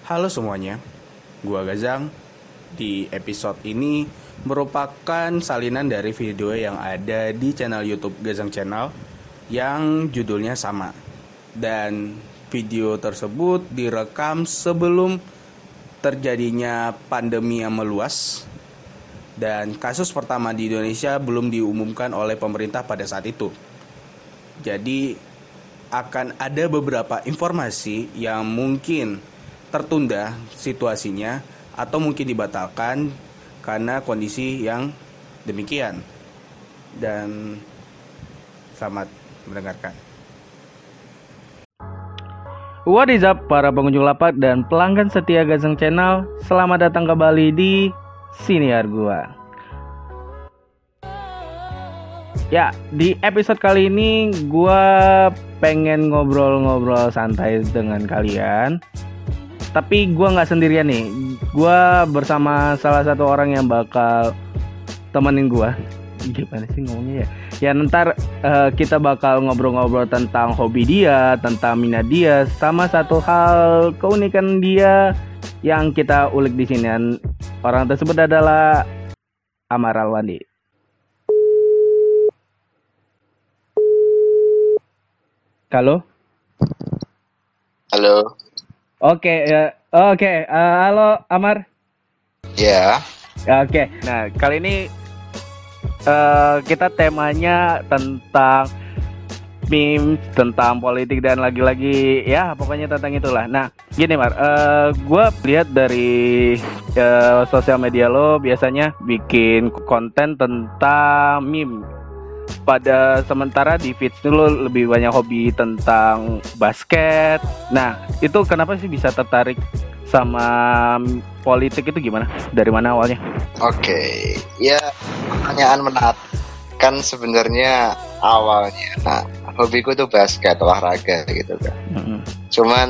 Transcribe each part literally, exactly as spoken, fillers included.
Halo semuanya, gua Gazang. Di episode ini merupakan salinan dari video yang ada di channel YouTube Gazang Channel yang judulnya sama. Dan video tersebut direkam sebelum terjadinya pandemi yang meluas dan kasus pertama di Indonesia belum diumumkan oleh pemerintah pada saat itu. Jadi akan ada beberapa informasi yang mungkin tertunda situasinya atau mungkin dibatalkan karena kondisi yang demikian. Dan selamat mendengarkan. What is up para pengunjung lapak dan pelanggan setia Gazang Channel. Selamat datang kembali di Siniar Gua. Ya, di episode kali ini gua pengen ngobrol-ngobrol santai dengan kalian. Tapi gue nggak sendirian nih, gue bersama salah satu orang yang bakal temenin gue. Gimana sih ngomongnya ya? Ya ntar uh, kita bakal ngobrol-ngobrol tentang hobi dia, tentang minat dia, sama satu hal keunikan dia yang kita ulik di sini. Dan orang tersebut adalah Amar Alwandi. Halo. Halo. Oke, ya, oke. Uh, halo, Amar. Ya. Yeah. Oke. Okay. Nah, kali ini uh, kita temanya tentang meme, tentang politik dan lagi-lagi ya pokoknya tentang itulah. Nah, gini Mar, uh, gue lihat dari uh, sosial media lo biasanya bikin konten tentang meme. Pada sementara di feeds lo lebih banyak hobi tentang basket. Nah, itu kenapa sih bisa tertarik sama politik itu gimana? Dari mana awalnya? Oke, okay. Ya pertanyaan menarik. Kan sebenarnya awalnya, nah hobiku tuh basket, olahraga gitu kan. Mm-hmm. Cuman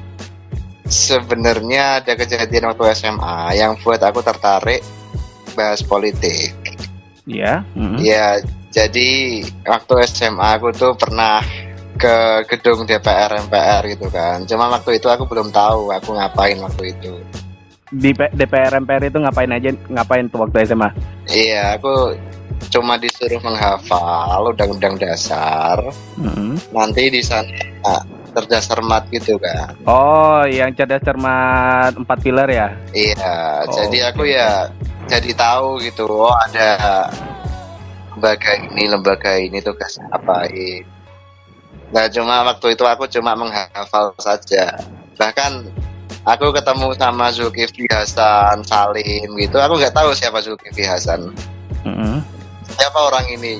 sebenarnya ada kejadian waktu S M A yang buat aku tertarik bahas politik. Iya. Yeah. Mm-hmm. Ya. Jadi waktu S M A aku tuh pernah ke gedung D P R M P R gitu kan. Cuma waktu itu aku belum tahu aku ngapain waktu itu. Di D P R M P R itu ngapain aja? Ngapain tuh waktu S M A? Iya, aku cuma disuruh menghafal undang-undang dasar. Mm-hmm. Nanti di sana cerdas cermat gitu kan. Oh, yang cerdas cermat empat pilar ya? Iya, oh, jadi aku okay. ya jadi tahu gitu. Oh, ada lembaga ini, lembaga ini tugasnya apain. Nah cuma waktu itu aku cuma menghafal saja. Bahkan aku ketemu sama Zulkifli Hasan, Salim gitu. Aku nggak tahu siapa Zulkifli Hasan. Mm-hmm. Siapa orang ini?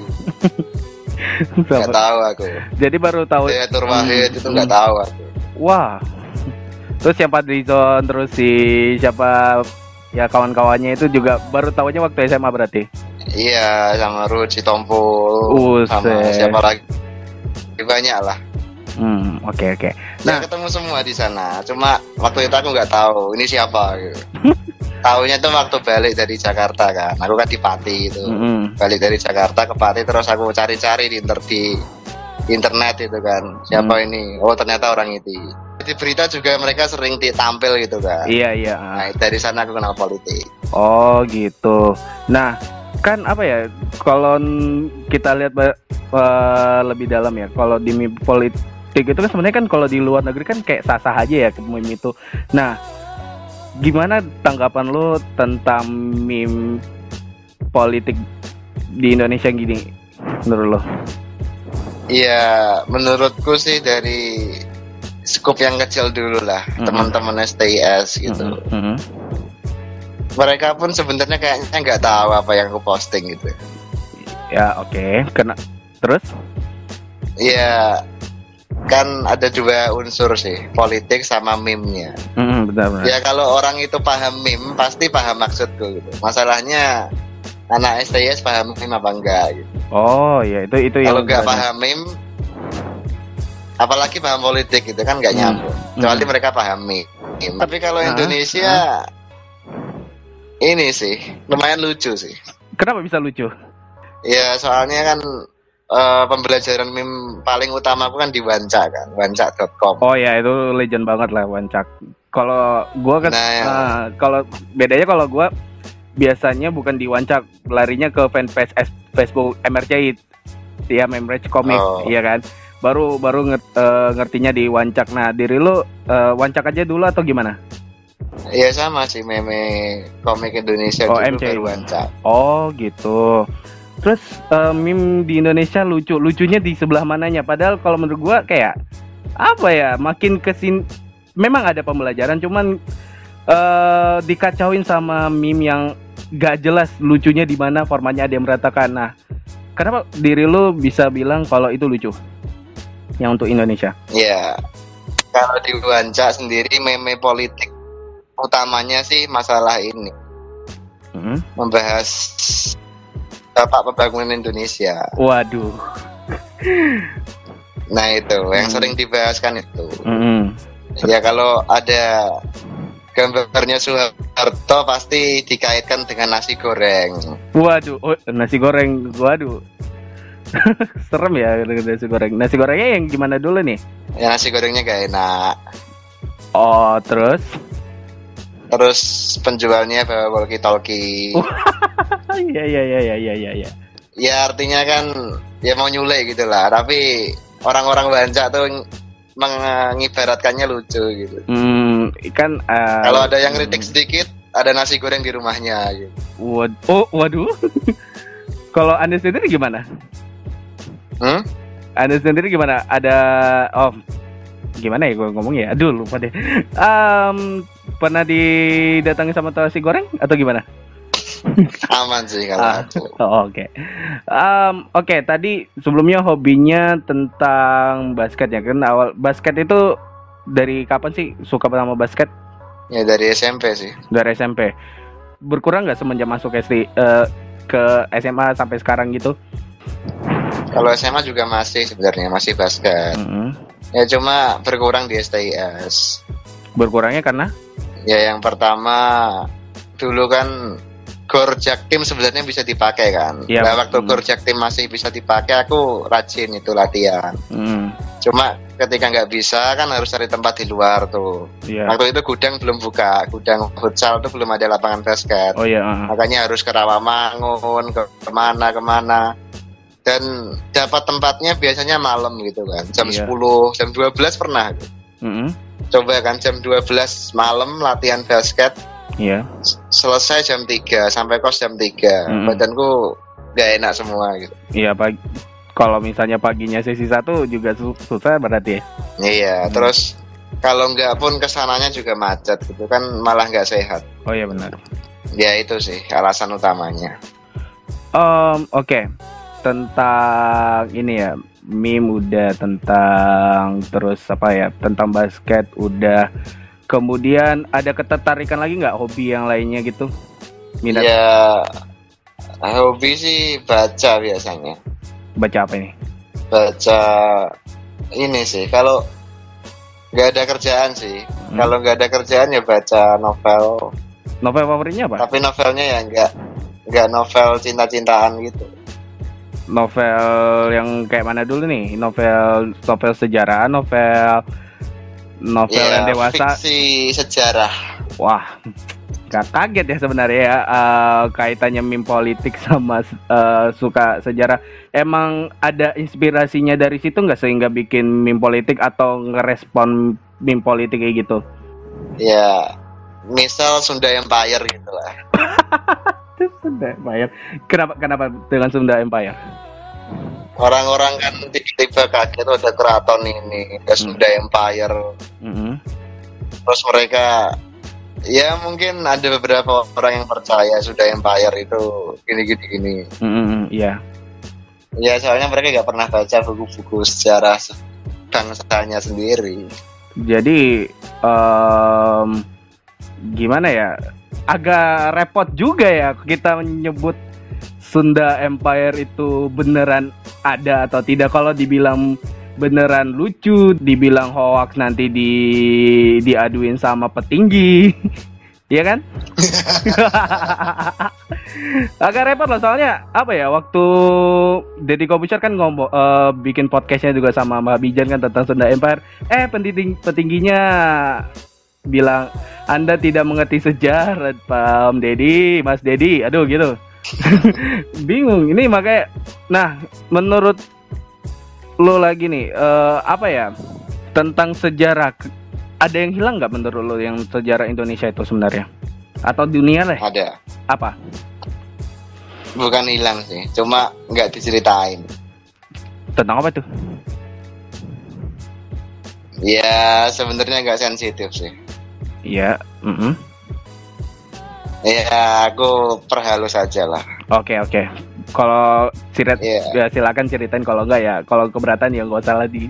Nggak tahu aku. Jadi baru tahu. Zayatur Wahid mm-hmm. itu nggak tahu aku. Wah. Terus siapa Drizon, terus si siapa ya kawan-kawannya itu juga baru tahunya waktu S M A berarti. Iya, sama Ruth Sitompul, Use. sama siapa lagi, banyak lah. Hmm, oke okay, oke. Okay. Nah, ya, ketemu semua di sana. Cuma waktu itu aku nggak tahu ini siapa. Gitu. Tahunya tuh waktu balik dari Jakarta kan. Aku kan di Pati itu. Mm-hmm. Balik dari Jakarta ke Pati terus aku cari-cari di, inter- di internet itu kan. Siapa mm. ini? Oh ternyata orang itu. Di berita juga mereka sering tampil gitu kan. Iya iya. Nah dari sana aku kenal politik. Oh gitu. Nah. Kan apa ya, kalau kita lihat uh, lebih dalam ya, kalau di meme politik itu kan sebenarnya kan kalau di luar negeri kan kayak sah-sah aja ya meme itu. Nah, gimana tanggapan lo tentang meme politik di Indonesia gini menurut lo? Iya, menurutku sih dari skup yang kecil dulu lah, mm-hmm. teman-teman S T I S gitu. Mm-hmm. Mereka pun sebenarnya kayaknya nggak tahu apa yang aku posting gitu. Ya oke, okay. Kena terus? Iya, kan ada dua unsur sih, politik sama meme-nya. Mm, benar-benar. Ya kalau orang itu paham meme, pasti paham maksudku gitu. Masalahnya anak S T I S paham meme apa enggak gitu. Oh iya, itu itu yang. Kalau nggak paham meme, apalagi paham politik gitu kan nggak nyambung. Mm. Kecuali mm. mereka paham meme. Tapi kalau ah, Indonesia. Ah. Ini sih lumayan lucu sih. Kenapa bisa lucu? Ya soalnya kan uh, pembelajaran meme paling utama aku kan di Wancak kan, wancak dot com. Oh ya, itu legend banget lah wancak. Kalau gua kan Nah, ya. uh, kalau bedanya kalau gua biasanya bukan di Wancak, larinya ke fanpage S- Facebook M R C ya, Memrage Comic, Oh. iya kan. Baru baru nge- uh, ngertinya di Wancak. Nah, diri lu uh, Wancak aja dulu atau gimana? Iya sama sih, meme komik Indonesia Oh, dulu M C. baru Wancak. Oh, gitu. Terus uh, meme di Indonesia lucu, lucunya di sebelah mananya? Padahal kalau menurut gua kayak apa ya, makin kesin memang ada pembelajaran, cuman uh, dikacauin sama meme yang gak jelas lucunya di mana, formatnya ada yang meratakan. Nah, kenapa diri lu bisa bilang kalau itu lucu? Yang untuk Indonesia? Ya, kalau di Wancak sendiri meme politik utamanya sih masalah ini, Hmm? membahas Bapak Pembangunan Indonesia. Waduh. Nah itu yang Hmm. sering dibahas kan itu. Hmm. Ya kalau ada gambarnya Soeharto pasti dikaitkan dengan nasi goreng. Waduh, oh, nasi goreng, waduh. Serem ya dengan nasi goreng. Nasi gorengnya yang gimana dulu nih? Ya nasi gorengnya gak enak. Oh, terus? Terus penjualnya bawa walkie-talkie. Uh. Iya iya iya iya iya iya. Ya. Ya artinya kan ya mau nyule gitu lah. Tapi orang-orang Wancak tuh mengibaratkannya lucu gitu. Hmm, kan uh, Kalau ada yang kritik sedikit, ada nasi goreng di rumahnya gitu. Wad oh, waduh. Kalau Anda sendiri gimana? Hmm? Anda sendiri gimana? Ada oh gimana ya gue ngomongnya? Aduh lupa deh. Um, pernah didatangi sama nasi goreng atau gimana? Aman sih kalau Ah, aku. oh, oke. Um, Oke, tadi sebelumnya hobinya tentang basket ya kan? Awal basket itu dari kapan sih suka sama basket? Ya dari S M P sih. Dari S M P. Berkurang nggak semenjak masuk S D eh, ke S M A sampai sekarang gitu? Kalau S M A juga masih sebenarnya masih basket. Mm-hmm. Ya cuma berkurang di S T I S. Berkurangnya karena? Ya yang pertama dulu kan Gor Jaktim sebenarnya bisa dipakai kan. Ya, Nah, waktu hmm. Gor Jaktim masih bisa dipakai, aku rajin itu latihan. Mm, Cuma ketika nggak bisa kan harus cari tempat di luar tuh. iya. Waktu itu gudang belum buka, gudang futsal tuh belum ada lapangan basket. Oh iya. uh. Makanya harus ke Rawamangun, ke kemana kemana. Dan dapat tempatnya biasanya malam gitu kan, jam Iya. sepuluh, jam dua belas pernah. Mm-mm. Coba kan jam dua belas malam latihan basket. Iya. Selesai jam tiga sampai kos jam tiga. Mm-mm. Badanku gak enak semua gitu. Iya pagi. Kalau misalnya paginya sesi satu juga su- susah berarti ya. Iya, Hmm. terus kalau nggak pun kesananya juga macet gitu kan, malah nggak sehat. Oh iya benar. Ya itu sih alasan utamanya. Um, Oke, tentang ini ya, meme udah, tentang terus apa ya, tentang basket udah. Kemudian ada ketertarikan lagi nggak hobi yang lainnya gitu? Minat Ya hobi sih baca biasanya. baca apa ini? Baca ini sih kalau nggak ada kerjaan sih. Hmm. Kalau nggak ada kerjaan ya baca novel. Novel favoritnya apa? Tapi novelnya ya nggak nggak novel cinta-cintaan gitu. Novel yang kayak mana dulu nih? Novel novel sejarah, novel novel Ya, yang dewasa. fiksi sejarah. Wah, gak kaget ya sebenarnya ya, uh, kaitannya meme politik sama uh, suka sejarah. Emang ada inspirasinya dari situ nggak sehingga bikin meme politik atau ngerespon meme politik kayak gitu? Ya, misal Sunda Empire gitu lah. Sunda Empire. Kenapa kenapa dengan Sunda Empire? Orang-orang kan tiba-tiba kaget oh, ada keraton ini, ada Sunda Empire. Mm-hmm. Terus mereka, ya mungkin ada beberapa orang yang percaya Sunda Empire itu gini-gini gini. Mm-hmm, iya. Ya soalnya mereka nggak pernah baca buku-buku sejarah bangsanya sendiri. Jadi um, gimana ya? Agak repot juga ya kita menyebut Sunda Empire itu beneran ada atau tidak. Kalau dibilang beneran lucu, dibilang hoax nanti di diaduin sama petinggi. Iya kan? Agak repot lah soalnya apa ya, waktu Deddy Kobusier kan ngomong uh, bikin podcastnya juga sama Mbak Bijan kan tentang Sunda Empire. Eh penting petingginya bilang Anda tidak mengerti sejarah, Pak Dedi, Mas Dedi, aduh gitu. Bingung ini makanya. Nah, menurut lo lagi nih, uh, apa ya tentang sejarah? Ada yang hilang nggak menurut lo yang sejarah Indonesia itu sebenarnya? Atau dunia lah? Ada. Apa? Bukan hilang sih, cuma nggak diceritain. Tentang apa tuh? Ya sebenarnya nggak sensitif sih. Iya. Mm-hmm. Ya aku perhalus aja lah. Oke oke. Kalau cirit, yeah. ya silakan ceritain. Kalau enggak ya, kalau keberatan ya nggak usah lagi.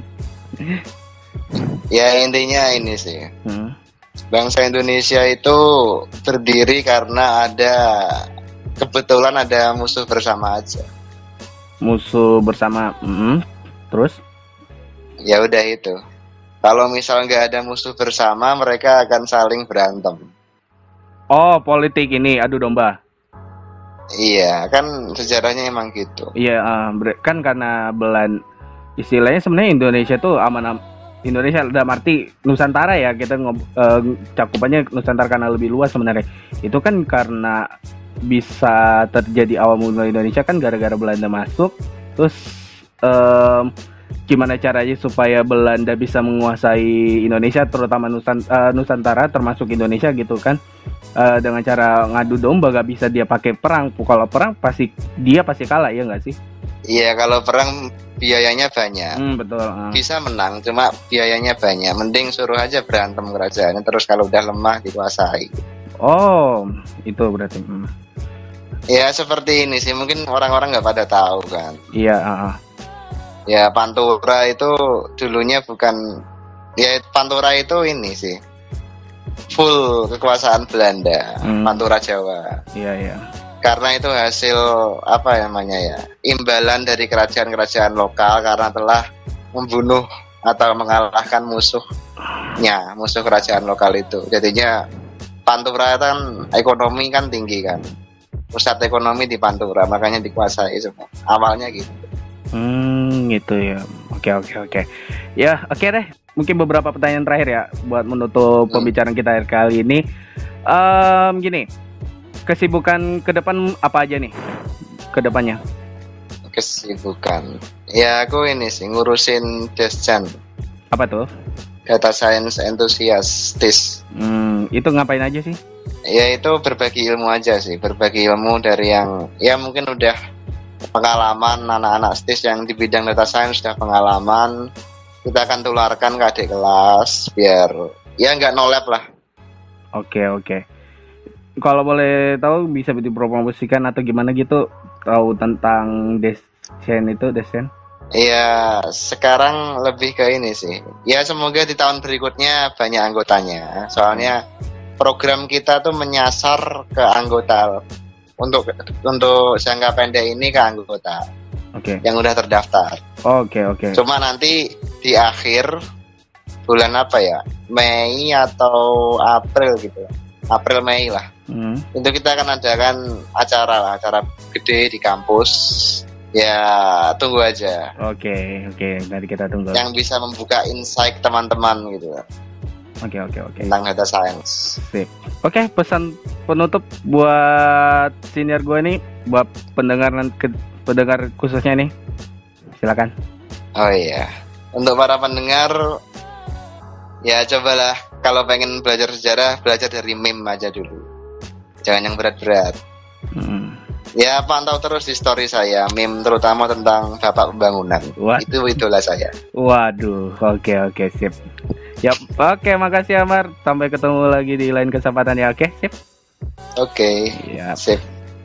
Ya intinya ini sih. Hmm. Bangsa Indonesia itu terdiri karena ada kebetulan ada musuh bersama aja. Musuh bersama. Mm-hmm. Terus? Ya udah itu. Kalau misal nggak ada musuh bersama, mereka akan saling berantem. Oh, politik ini adu domba. Iya, kan sejarahnya emang gitu. Iya, uh, kan karena Belan istilahnya sebenarnya Indonesia tuh aman Indonesia dalam arti Nusantara ya, kita ngob, uh, cakupannya Nusantara karena lebih luas sebenarnya. Itu kan karena bisa terjadi awal mula Indonesia kan gara-gara Belanda masuk, terus um, gimana caranya supaya Belanda bisa menguasai Indonesia, terutama Nusant- uh, Nusantara termasuk Indonesia gitu kan, uh, dengan cara ngadu domba. Gak bisa dia pakai perang. Kalau perang pasti dia pasti kalah, ya nggak sih? Iya, kalau perang biayanya banyak. Hmm, betul. Uh. Bisa menang, cuma biayanya banyak. Mending suruh aja berantem kerajaannya, terus kalau udah lemah dikuasai. Oh, itu berarti. Hmm. Ya seperti ini sih, mungkin orang-orang nggak pada tahu kan. Iya. Uh. Ya Pantura itu dulunya bukan, ya Pantura itu ini sih full kekuasaan Belanda, hmm. Pantura Jawa. Iya iya. Karena itu hasil apa namanya ya, imbalan dari kerajaan-kerajaan lokal karena telah membunuh atau mengalahkan musuhnya, musuh kerajaan lokal itu. Jadinya Pantura kan ekonomi kan tinggi kan, pusat ekonomi di Pantura, makanya dikuasai semua. Awalnya gitu. Hmm, gitu ya. Oke, oke, oke. Ya, oke deh. Mungkin beberapa pertanyaan terakhir ya buat menutup hmm. pembicaraan kita kali ini. Um, gini, kesibukan ke depan apa aja nih? Ke depannya? Kesibukan. Ya, aku ini sih ngurusin Descent. Apa tuh? Data Science Enthusiastis. Hmm, itu ngapain aja sih? Ya, itu berbagi ilmu aja sih. Berbagi ilmu dari yang ya mungkin udah pengalaman anak-anak stis yang di bidang data science sudah pengalaman, kita akan tularkan ke adik kelas biar ya nggak no lab lah. Oke oke. Kalau boleh tahu bisa dipromosikan atau gimana gitu, tahu tentang Descent itu Descent? Iya, sekarang lebih ke ini sih. Ya semoga di tahun berikutnya banyak anggotanya. Soalnya program kita tuh menyasar ke anggota. Untuk untuk jangka pendek ini ke anggota okay. yang udah terdaftar. Oke okay, oke. Okay. Cuma nanti di akhir bulan apa ya, Mei atau April gitu, April Mei lah. Hmm. Itu kita akan adakan acara lah, acara gede di kampus. Ya tunggu aja. Oke okay, oke, okay. Nanti kita tunggu. Yang bisa membuka insight teman-teman gitu. Oke okay, oke okay, oke. Okay. Tentang data science. Sip. Oke, okay, pesan penutup buat senior gue nih, buat pendengar ke, pendengar khususnya nih, silakan. Oh iya, untuk para pendengar, ya cobalah kalau pengen belajar sejarah, belajar dari meme aja dulu, jangan yang berat-berat. Hmm. Ya pantau terus di story saya, meme terutama tentang Bapak Pembangunan. What? Itu itulah saya. Waduh, oke okay, oke okay, sip. Yap, oke, okay, makasih Amar. Sampai ketemu lagi di lain kesempatan ya, oke, okay, sip. Oke, okay, ya. Sip.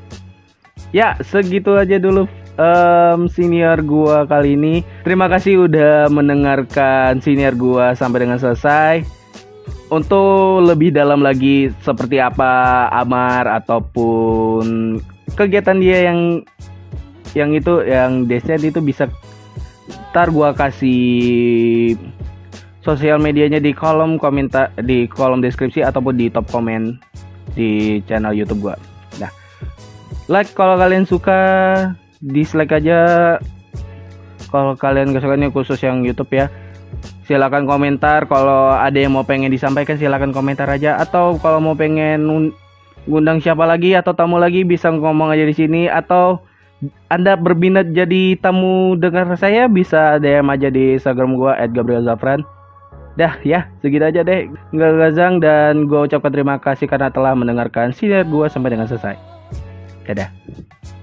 Ya, segitu aja dulu um, senior gua kali ini. Terima kasih udah mendengarkan senior gua sampai dengan selesai. Untuk lebih dalam lagi seperti apa Amar ataupun kegiatan dia yang yang itu yang Descent itu bisa ntar gua kasih sosial medianya di kolom komentar, di kolom deskripsi ataupun di top komen di channel YouTube gua. Nah, like kalau kalian suka, dislike aja kalau kalian gak suka, ini khusus yang YouTube ya. silakan komentar. Kalau ada yang mau pengen disampaikan silakan komentar aja. Atau kalau mau pengen ngundang siapa lagi atau tamu lagi bisa ngomong aja di sini. Atau Anda berminat jadi tamu dengar saya bisa D M aja di Instagram gua et gabriel zafran. Dah ya, segitu aja deh. Nggak Gazang dan gue ucapkan terima kasih karena telah mendengarkan sinar gue sampai dengan selesai. Dadah.